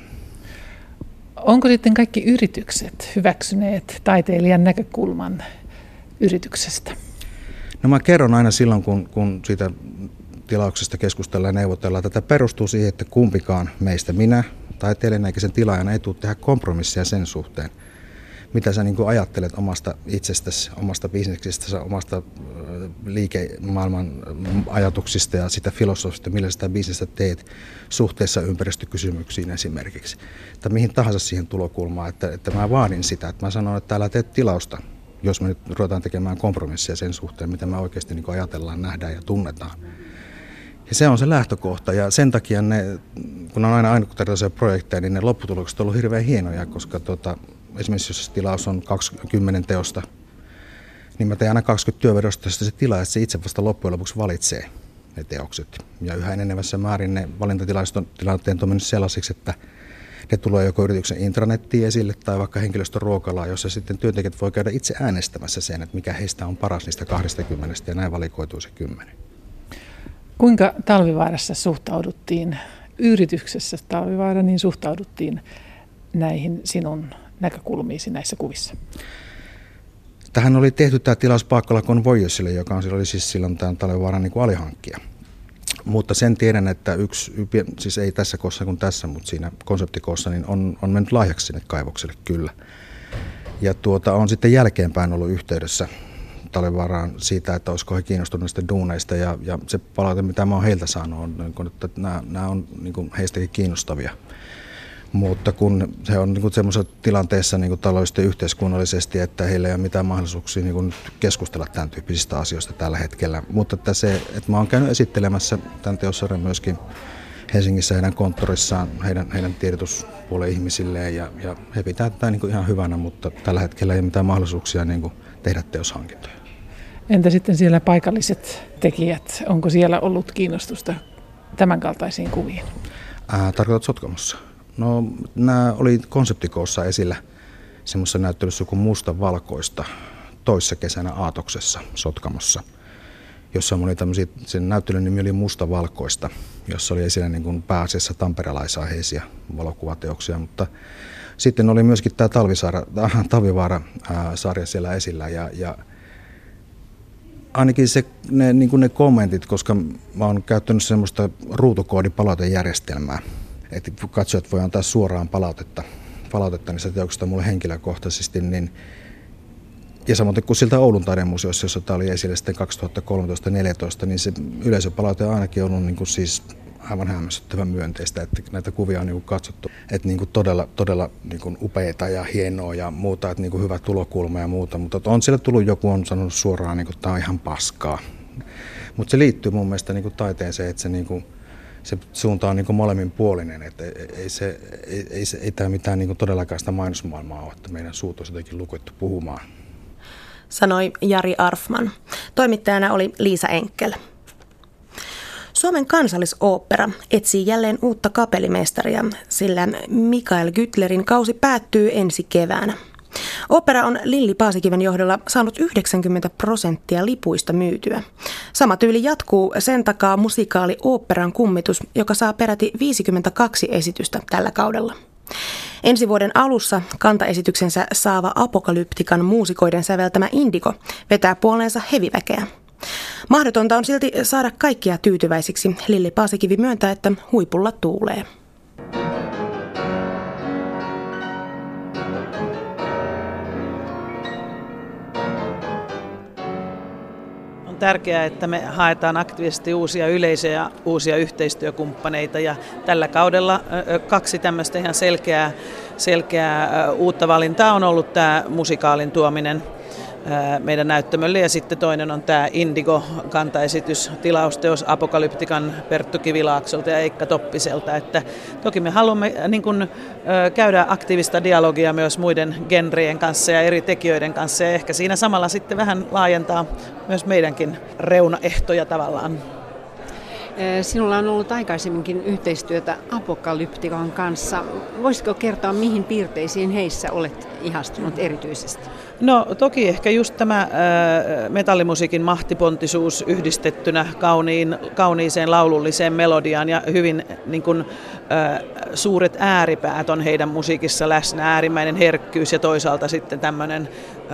Onko sitten kaikki yritykset hyväksyneet taiteilijan näkökulman yrityksestä? No mä kerron aina silloin, kun siitä tilauksesta keskustellaan ja neuvotellaan. Tätä perustuu siihen, että kumpikaan meistä, minä taiteilijana eikä sen tilaajana, ei tule tehdä kompromisseja sen suhteen, mitä sä niin kuin ajattelet omasta itsestäsi, omasta bisneksestäsi, omasta liikemaailman ajatuksista ja sitä filosofista, millä sitä bisnestä teet suhteessa ympäristökysymyksiin esimerkiksi. Tai mihin tahansa siihen tulokulmaan, että mä vaadin sitä, että mä sanon, että täällä teet tilausta, jos me nyt ruvetaan tekemään kompromisseja sen suhteen, mitä me oikeasti niin kuin ajatellaan, nähdään ja tunnetaan. Ja se on se lähtökohta, ja sen takia kun on aina ainutkertaisia projekteja, niin ne lopputulokset on ollut hirveän hienoja, koska esimerkiksi jos tilaus on 20 teosta, niin mä teen aina 20 työvedosta, josta se tilaaja itse vasta loppujen lopuksi valitsee ne teokset. Ja yhä enenevässä määrin ne valintatilanteet on mennyt sellaisiksi, että ne tulee joko yrityksen intranettiin esille tai vaikka henkilöstön ruokalaan, jossa sitten työntekijät voi käydä itse äänestämässä sen, että mikä heistä on paras niistä 20, ja näin valikoituu se 10. Kuinka Talvivaarassa suhtauduttiin, yrityksessä Talvivaara, niin suhtauduttiin näihin sinun näkökulmiisi näissä kuvissa? Tähän oli tehty tämä tilaus Paakkola Convoyersille, joka oli siis silloin tämän Talvivaaran niin kuin alihankkija. Mutta sen tiedän, että siis ei tässä koossa kuin tässä, mutta siinä konseptikoossa niin on mennyt lahjaksi sinne kaivokselle kyllä. Ja on sitten jälkeenpäin ollut yhteydessä Talvivaaraan siitä, että olisiko he kiinnostunut näistä duuneista, ja se palaute, mitä mä oon heiltä saanut, on, että nämä on niin kuin heistäkin kiinnostavia. Mutta kun he on niin semmoisessa tilanteessa niin taloudellisesti ja yhteiskunnallisesti, että heillä ei ole mitään mahdollisuuksia niin keskustella tämän tyyppisistä asioista tällä hetkellä. Mutta että mä oon käynyt esittelemässä tämän teossarjan myöskin Helsingissä heidän konttorissaan, heidän tiedotuspuolen ihmisilleen, ja he pitää tätä niin ihan hyvänä, mutta tällä hetkellä ei ole mitään mahdollisuuksia niin tehdä teoshankintoja. Entä sitten siellä paikalliset tekijät? Onko siellä ollut kiinnostusta tämänkaltaisiin kuviin? Tarkoitat Sotkamossa? No, nämä oli konseptikoossa esillä semmoisessa näyttelyssä kuin Musta-valkoista toissa kesänä Aatoksessa Sotkamossa, jossa oli sen näyttelyn nimi oli Musta-valkoista, jossa oli esillä niin kuin pääasiassa tamperelaisaiheisia valokuvateoksia, mutta sitten oli myöskin tämä Talvivaara-sarja siellä esillä, ja ainakin ne kommentit, koska mä oon käyttänyt semmoista ruutukoodipalautejärjestelmää, että katsojat voi antaa suoraan palautetta palautetta niistä teoksista mulle henkilökohtaisesti, niin ja samoin kuin siltä Oulun taidemuseossa, jossa tämä oli esillä sitten 2013-2014, niin se yleisöpalaute on ainakin ollut niin kuin siis aivan hämmästyttävän myönteistä, että näitä kuvia on niin kuin katsottu, että niin kuin todella niin kuin upeita ja hienoa ja muuta, että niin kuin hyvä tulokulma ja muuta, mutta on siellä tullut joku on sanonut suoraan, niin kuin, että tämä on ihan paskaa. Mutta se liittyy mun mielestä niin kuin taiteeseen, että se, niin kuin, se suunta on niin kuin molemminpuolinen, että ei tämä mitään niin kuin todellakaan sitä mainosmaailmaa ole, että meidän suut on jotenkin lukittu puhumaan. Sanoi Jari Arfman. Toimittajana oli Liisa Enkel. Suomen Kansallisooppera etsii jälleen uutta kapellimestaria, sillä Mikael Gytlerin kausi päättyy ensi keväänä. Opera on Lilli Paasikiven johdolla saanut 90% lipuista myytyä. Sama tyyli jatkuu sen takaa musikaali Oopperan kummitus, joka saa peräti 52 esitystä tällä kaudella. Ensi vuoden alussa kantaesityksensä saava Apokalyptikan muusikoiden säveltämä Indigo vetää puoleensa heviväkeä. Mahdotonta on silti saada kaikkia tyytyväisiksi. Lilli Paasikivi myöntää, että huipulla tuulee. On tärkeää, että me haetaan aktiivisesti uusia yleisöjä, uusia yhteistyökumppaneita ja tällä kaudella 2 tämmöistä ihan selkeää uutta valintaa on ollut tämä musikaalin tuominen meidän näyttämölle ja sitten toinen on tämä Indigo-kantaesitys, tilausteos Apokalyptikan Perttu Kivilaaksolta ja Eikka Toppiselta. Että toki me haluamme niin kun, käydä aktiivista dialogia myös muiden genrien kanssa ja eri tekijöiden kanssa ja ehkä siinä samalla sitten vähän laajentaa myös meidänkin reunaehtoja tavallaan. Sinulla on ollut aikaisemminkin yhteistyötä Apokalyptikan kanssa. Voisitko kertoa, mihin piirteisiin heissä olet ihastunut erityisesti? No toki ehkä just tämä metallimusiikin mahtipontisuus yhdistettynä kauniiseen laululliseen melodiaan ja hyvin niin kuin, suuret ääripäät on heidän musiikissa läsnä, äärimmäinen herkkyys ja toisaalta sitten tämmöinen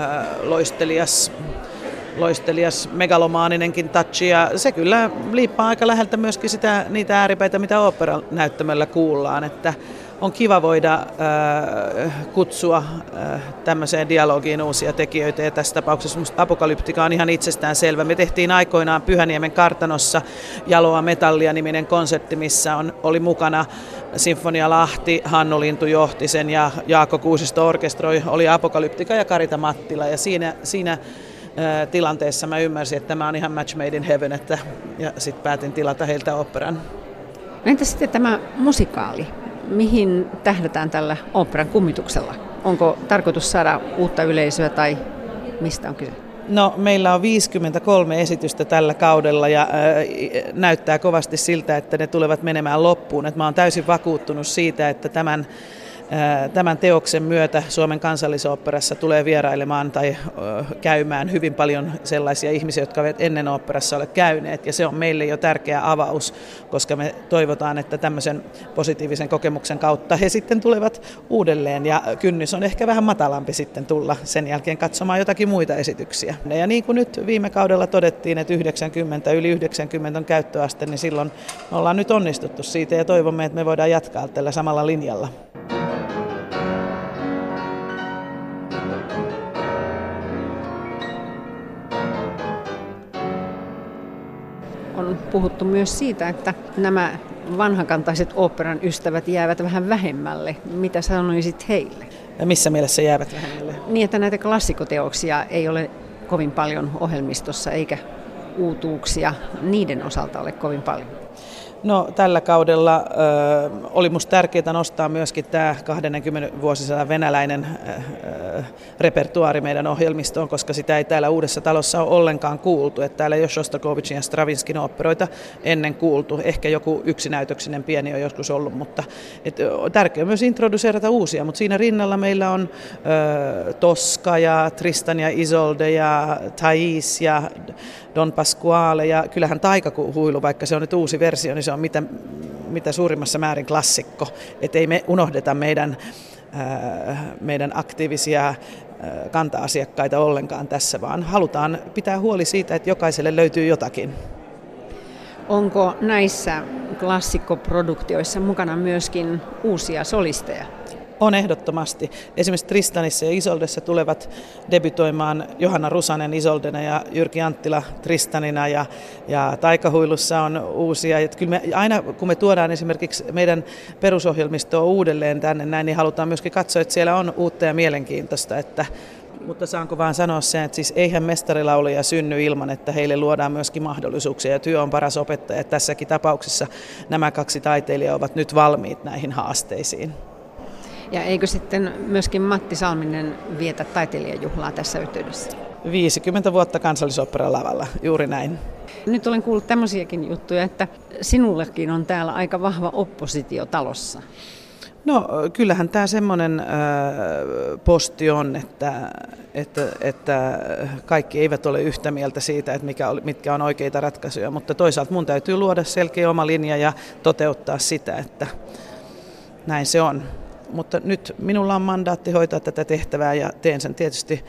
loistelias megalomaaninenkin touch ja se kyllä liippaa aika läheltä myöskin niitä ääripäitä, mitä oopperanäyttämöllä kuullaan, että on kiva voida kutsua tämmöiseen dialogiin uusia tekijöitä ja tässä tapauksessa musta Apokalyptika on ihan itsestään selvä. Me tehtiin aikoinaan Pyhäniemen kartanossa Jaloa metallia-niminen konsertti, missä oli mukana Sinfonia Lahti, Hannu Lintu johti sen ja Jaakko Kuusisto orkestroi, oli Apokalyptika ja Karita Mattila ja siinä tilanteessa mä ymmärsin, että tämä on ihan match made in heaven, ja sitten päätin tilata heiltä oopperan. Entä sitten tämä musikaali? Mihin tähdätään tällä oopperan kummituksella? Onko tarkoitus saada uutta yleisöä tai mistä on kyse? No, meillä on 53 esitystä tällä kaudella ja näyttää kovasti siltä, että ne tulevat menemään loppuun. Mä oon täysin vakuuttunut siitä, että tämän teoksen myötä Suomen Kansallisoopperassa tulee vierailemaan tai käymään hyvin paljon sellaisia ihmisiä, jotka eivät ennen oopperassa ole käyneet. Ja se on meille jo tärkeä avaus, koska me toivotaan, että tämmöisen positiivisen kokemuksen kautta he sitten tulevat uudelleen. Ja kynnys on ehkä vähän matalampi sitten tulla sen jälkeen katsomaan jotakin muita esityksiä. Ja niin kuin nyt viime kaudella todettiin, että yli 90 on käyttöaste, niin silloin me ollaan nyt onnistuttu siitä ja toivomme, että me voidaan jatkaa tällä samalla linjalla. On puhuttu myös siitä, että nämä vanhakantaiset oopperan ystävät jäävät vähän vähemmälle. Mitä sanoisit heille? Ja missä mielessä jäävät vähemmälle? Niin, että näitä klassikoteoksia ei ole kovin paljon ohjelmistossa eikä uutuuksia niiden osalta ole kovin paljon. No, tällä kaudella oli musta tärkeää nostaa myöskin tämä 20-vuosisadan venäläinen repertuaari meidän ohjelmistoon, koska sitä ei täällä Uudessa talossa ole ollenkaan kuultu. Että täällä ei ole Shostakovichin ja Stravinskin oopperoita ennen kuultu. Ehkä joku yksinäytöksinen pieni on joskus ollut, mutta tärkeää myös introduceerata uusia. Mutta siinä rinnalla meillä on Tosca ja Tristan ja Isolde ja Thais ja Don Pasquale ja kyllähän Taikahuilu, vaikka se on nyt uusi versio, niin se on mitä suurimmassa määrin klassikko. Että ei me unohdeta meidän aktiivisia kanta-asiakkaita ollenkaan tässä, vaan halutaan pitää huoli siitä, että jokaiselle löytyy jotakin. Onko näissä klassikkoproduktioissa mukana myöskin uusia solisteja? On ehdottomasti. Esimerkiksi Tristanissa ja Isoldessa tulevat debytoimaan Johanna Rusanen Isoldena ja Jyrki Anttila Tristanina ja Taikahuilussa on uusia. Et kyllä me aina kun me tuodaan esimerkiksi meidän perusohjelmistoa uudelleen tänne näin, niin halutaan myöskin katsoa, että siellä on uutta ja mielenkiintoista. Mutta saanko vaan sanoa sen, että siis eihän mestarilaulajia synny ilman, että heille luodaan myöskin mahdollisuuksia ja työ on paras opettaja. Tässäkin tapauksessa nämä 2 taiteilijaa ovat nyt valmiit näihin haasteisiin. Ja eikö sitten myöskin Matti Salminen vietä taiteilijajuhlaa tässä yhteydessä? 50 vuotta Kansallisoopperan lavalla, juuri näin. Nyt olen kuullut tämmöisiäkin juttuja, että sinullekin on täällä aika vahva oppositio talossa. No kyllähän tämä semmoinen posti on, että kaikki eivät ole yhtä mieltä siitä, että mitkä on oikeita ratkaisuja, mutta toisaalta mun täytyy luoda selkeä oma linja ja toteuttaa sitä, että näin se on. Mutta nyt minulla on mandaatti hoitaa tätä tehtävää ja teen sen tietysti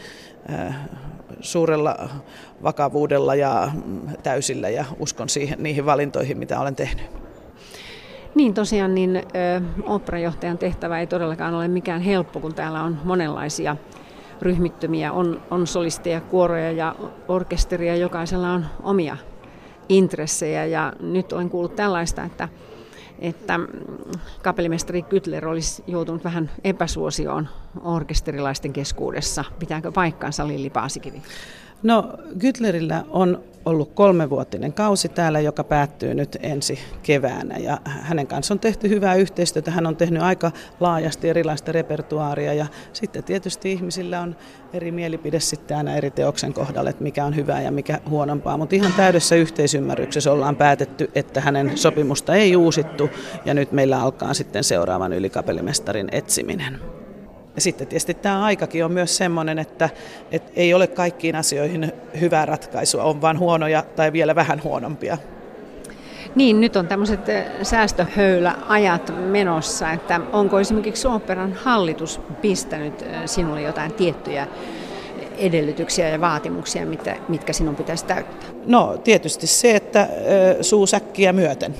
suurella vakavuudella ja täysillä ja uskon niihin valintoihin, mitä olen tehnyt. Niin tosiaan, niin oopperajohtajan tehtävä ei todellakaan ole mikään helppo, kun täällä on monenlaisia ryhmittymiä, on solisteja, kuoroja ja orkesteria, jokaisella on omia intressejä ja nyt olen kuullut tällaista, että kapellimestari Gytler olisi joutunut vähän epäsuosioon orkesterilaisten keskuudessa. Pitääkö paikkaansa, Lilli Paasikivi? No Gytlerillä on ollut 3-vuotinen kausi täällä, joka päättyy nyt ensi keväänä ja hänen kanssa on tehty hyvää yhteistyötä. Hän on tehnyt aika laajasti erilaista repertuaaria ja sitten tietysti ihmisillä on eri mielipide sitten aina eri teoksen kohdalla, että mikä on hyvää ja mikä huonompaa. Mutta ihan täydessä yhteisymmärryksessä ollaan päätetty, että hänen sopimusta ei uusittu ja nyt meillä alkaa sitten seuraavan ylikapellimestarin etsiminen. Ja sitten tietysti tämä aikakin on myös semmoinen, että ei ole kaikkiin asioihin hyvää ratkaisua, on vain huonoja tai vielä vähän huonompia. Niin, nyt on tämmöiset säästöhöyläajat menossa, että onko esimerkiksi oopperan hallitus pistänyt sinulle jotain tiettyjä edellytyksiä ja vaatimuksia, mitkä sinun pitäisi täyttää? No tietysti se, että suusäkkiä myöten.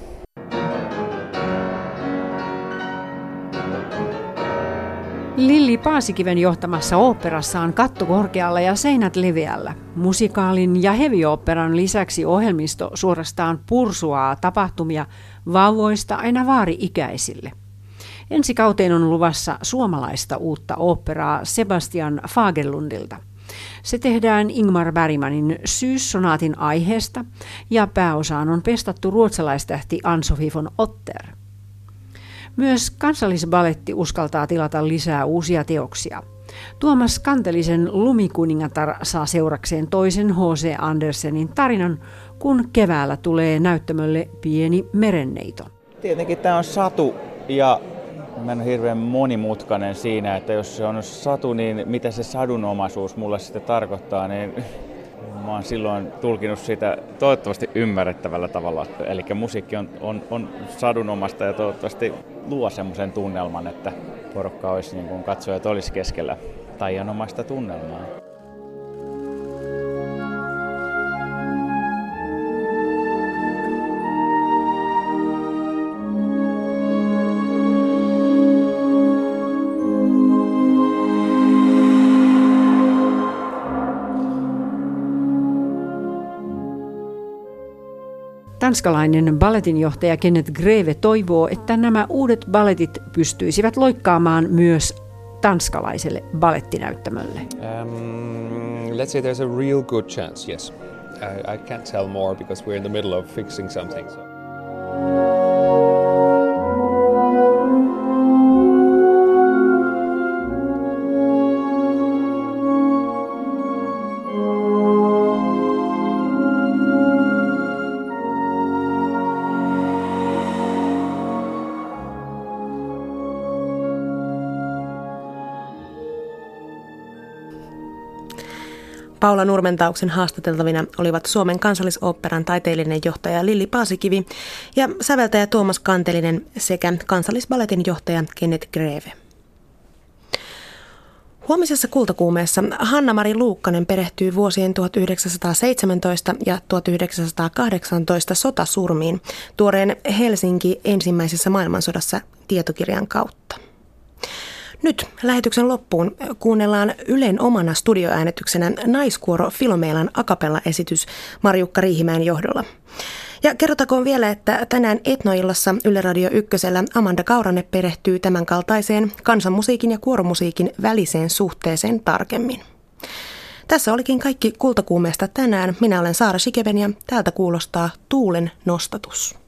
Lilli Paasikiven johtamassa oopperassa on katto korkealla ja seinät leveällä. Musikaalin ja heavy-oopperan lisäksi ohjelmisto suorastaan pursuaa tapahtumia vauvoista aina vaari-ikäisille. Ensi kauteen on luvassa suomalaista uutta oopperaa Sebastian Fagerlundilta. Se tehdään Ingmar Bergmanin Syyssonaatin aiheesta ja pääosaan on pestattu ruotsalaistähti Ann-Sofie von Otter. Myös Kansallisbaletti uskaltaa tilata lisää uusia teoksia. Tuomas Kantelisen Lumikuningatar saa seurakseen toisen H.C. Andersenin tarinan, kun keväällä tulee näyttämölle Pieni merenneito. Tietenkin tämä on satu ja mä en ole hirveän monimutkainen siinä, että jos se on satu, niin mitä se sadunomaisuus mulle sitten tarkoittaa, niin mä oon silloin tulkinut sitä toivottavasti ymmärrettävällä tavalla. Eli musiikki on sadunomasta ja toivottavasti luo semmoisen tunnelman, että porukka olisi niin kuin katsojat olisi keskellä taianomaista tunnelmaa. Tanskalainen balletinjohtaja Kenneth Greve toivoo, että nämä uudet balletit pystyisivät loikkaamaan myös tanskalaiselle ballettinäyttämölle. Let's say there's a real good chance, yes. I can't tell more because we're in the middle of fixing something. Paula Nurmentauksen haastateltavina olivat Suomen Kansallisoopperan taiteellinen johtaja Lilli Paasikivi ja säveltäjä Tuomas Kantelinen sekä Kansallisballetin johtaja Kenneth Greve. Huomisessa kultakuumeessa Hanna-Mari Luukkanen perehtyy vuosien 1917 ja 1918 sotasurmiin tuoreen Helsinki ensimmäisessä maailmansodassa tietokirjan kautta. Nyt lähetyksen loppuun kuunnellaan Ylen omana studioäänityksenä naiskuoro Filomeelan a cappella-esitys Marjukka Riihimäen johdolla. Ja kerrotakoon vielä, että tänään Etnoillassa Yle Radio Ykkösellä Amanda Kaurane perehtyy tämänkaltaiseen kansanmusiikin ja kuoromusiikin väliseen suhteeseen tarkemmin. Tässä olikin kaikki Kultakuumeesta tänään. Minä olen Saara Shikeben ja täältä kuulostaa Tuulen nostatus.